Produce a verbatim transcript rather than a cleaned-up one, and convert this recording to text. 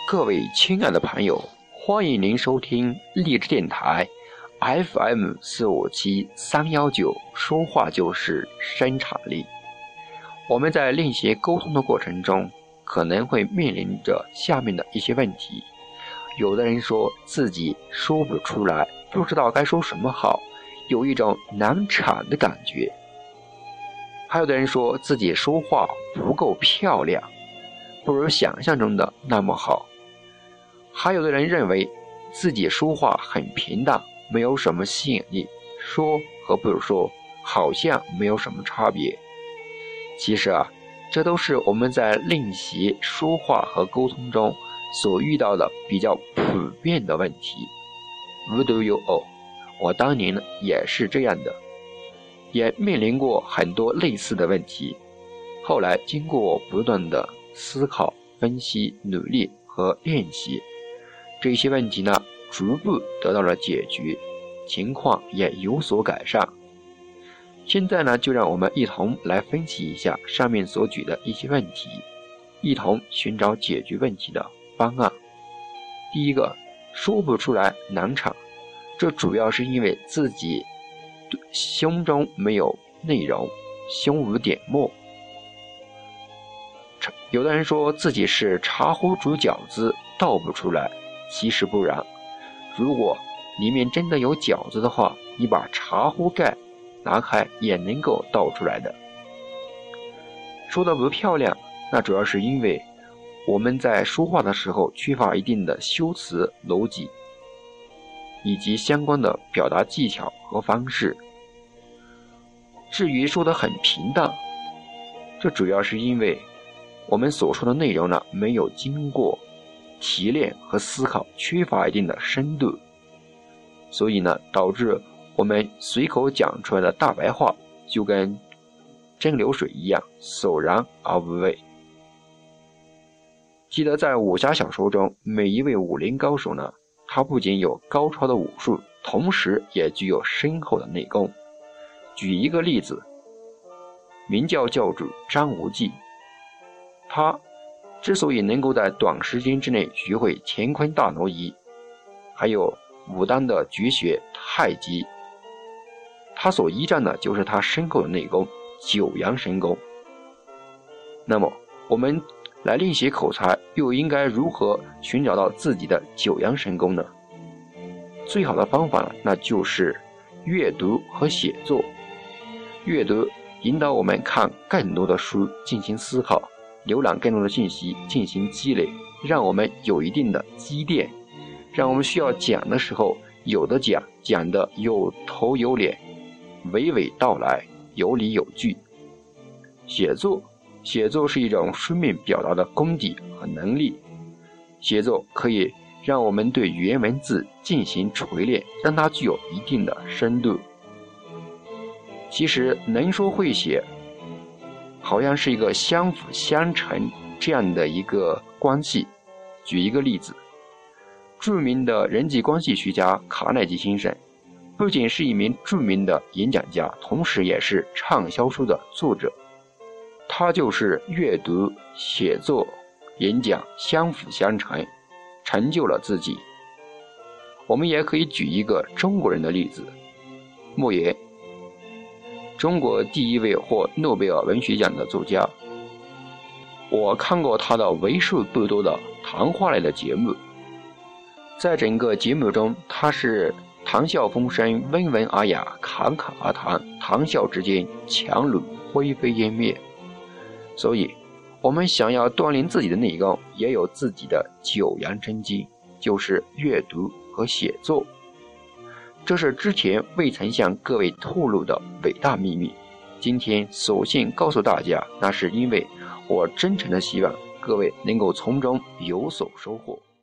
各位亲爱的朋友，欢迎您收听励志电台 F M 四五七三一九，说话就是生产力。我们在练习沟通的过程中，可能会面临着下面的一些问题。有的人说自己说不出来，不知道该说什么好，有一种难产的感觉。还有的人说自己说话不够漂亮，不如想象中的那么好。还有的人认为自己说话很平淡，没有什么吸引力，说和不说好像没有什么差别。其实啊，这都是我们在练习说话和沟通中所遇到的比较普遍的问题。无独有偶，我当年呢也是这样的，也面临过很多类似的问题。后来经过不断的思考、分析、努力和练习，这些问题呢逐步得到了解决，情况也有所改善。现在呢，就让我们一同来分析一下上面所举的一些问题，一同寻找解决问题的方案。第一个，说不出来难产，这主要是因为自己胸中没有内容，胸无点墨。有的人说自己是茶壶煮饺子，倒不出来，其实不然。如果里面真的有饺子的话，你把茶壶盖拿开也能够倒出来的。说的不漂亮，那主要是因为我们在说话的时候缺乏一定的修辞逻辑以及相关的表达技巧和方式。至于说的很平淡，这主要是因为我们所说的内容呢没有经过提炼和思考，缺乏一定的深度，所以呢导致我们随口讲出来的大白话就跟蒸馏水一样，索然而无味。记得在武侠小说中，每一位武林高手呢，他不仅有高超的武术，同时也具有深厚的内功。举一个例子，明教教主张无忌，他之所以能够在短时间之内学会乾坤大挪移，还有武当的绝学太极，他所依仗的就是他深厚的内功九阳神功。那么我们来练习口才，又应该如何寻找到自己的九阳神功呢？最好的方法呢，那就是阅读和写作。阅读引导我们看更多的书进行思考，浏览更多的信息进行积累，让我们有一定的积淀，让我们需要讲的时候有的讲，讲的有头有脸，娓娓道来，有理有据。写作写作是一种书面表达的功底和能力，写作可以让我们对语言文字进行锤炼，让它具有一定的深度。其实能说会写好像是一个相辅相成这样的一个关系。举一个例子，著名的人际关系学家卡耐基先生不仅是一名著名的演讲家，同时也是畅销书的作者。他就是阅读、写作、演讲相辅相成，成就了自己。我们也可以举一个中国人的例子，莫言，中国第一位获诺贝尔文学奖的作家。我看过他的为数不多的谈话类的节目，在整个节目中，他是谈笑风生，温文尔雅，侃侃而谈，谈笑之间，强弩灰飞烟灭。所以我们想要锻炼自己的内功，也有自己的九阳真经，就是阅读和写作。这是之前未曾向各位透露的伟大秘密，今天索性告诉大家，那是因为我真诚的希望各位能够从中有所收获。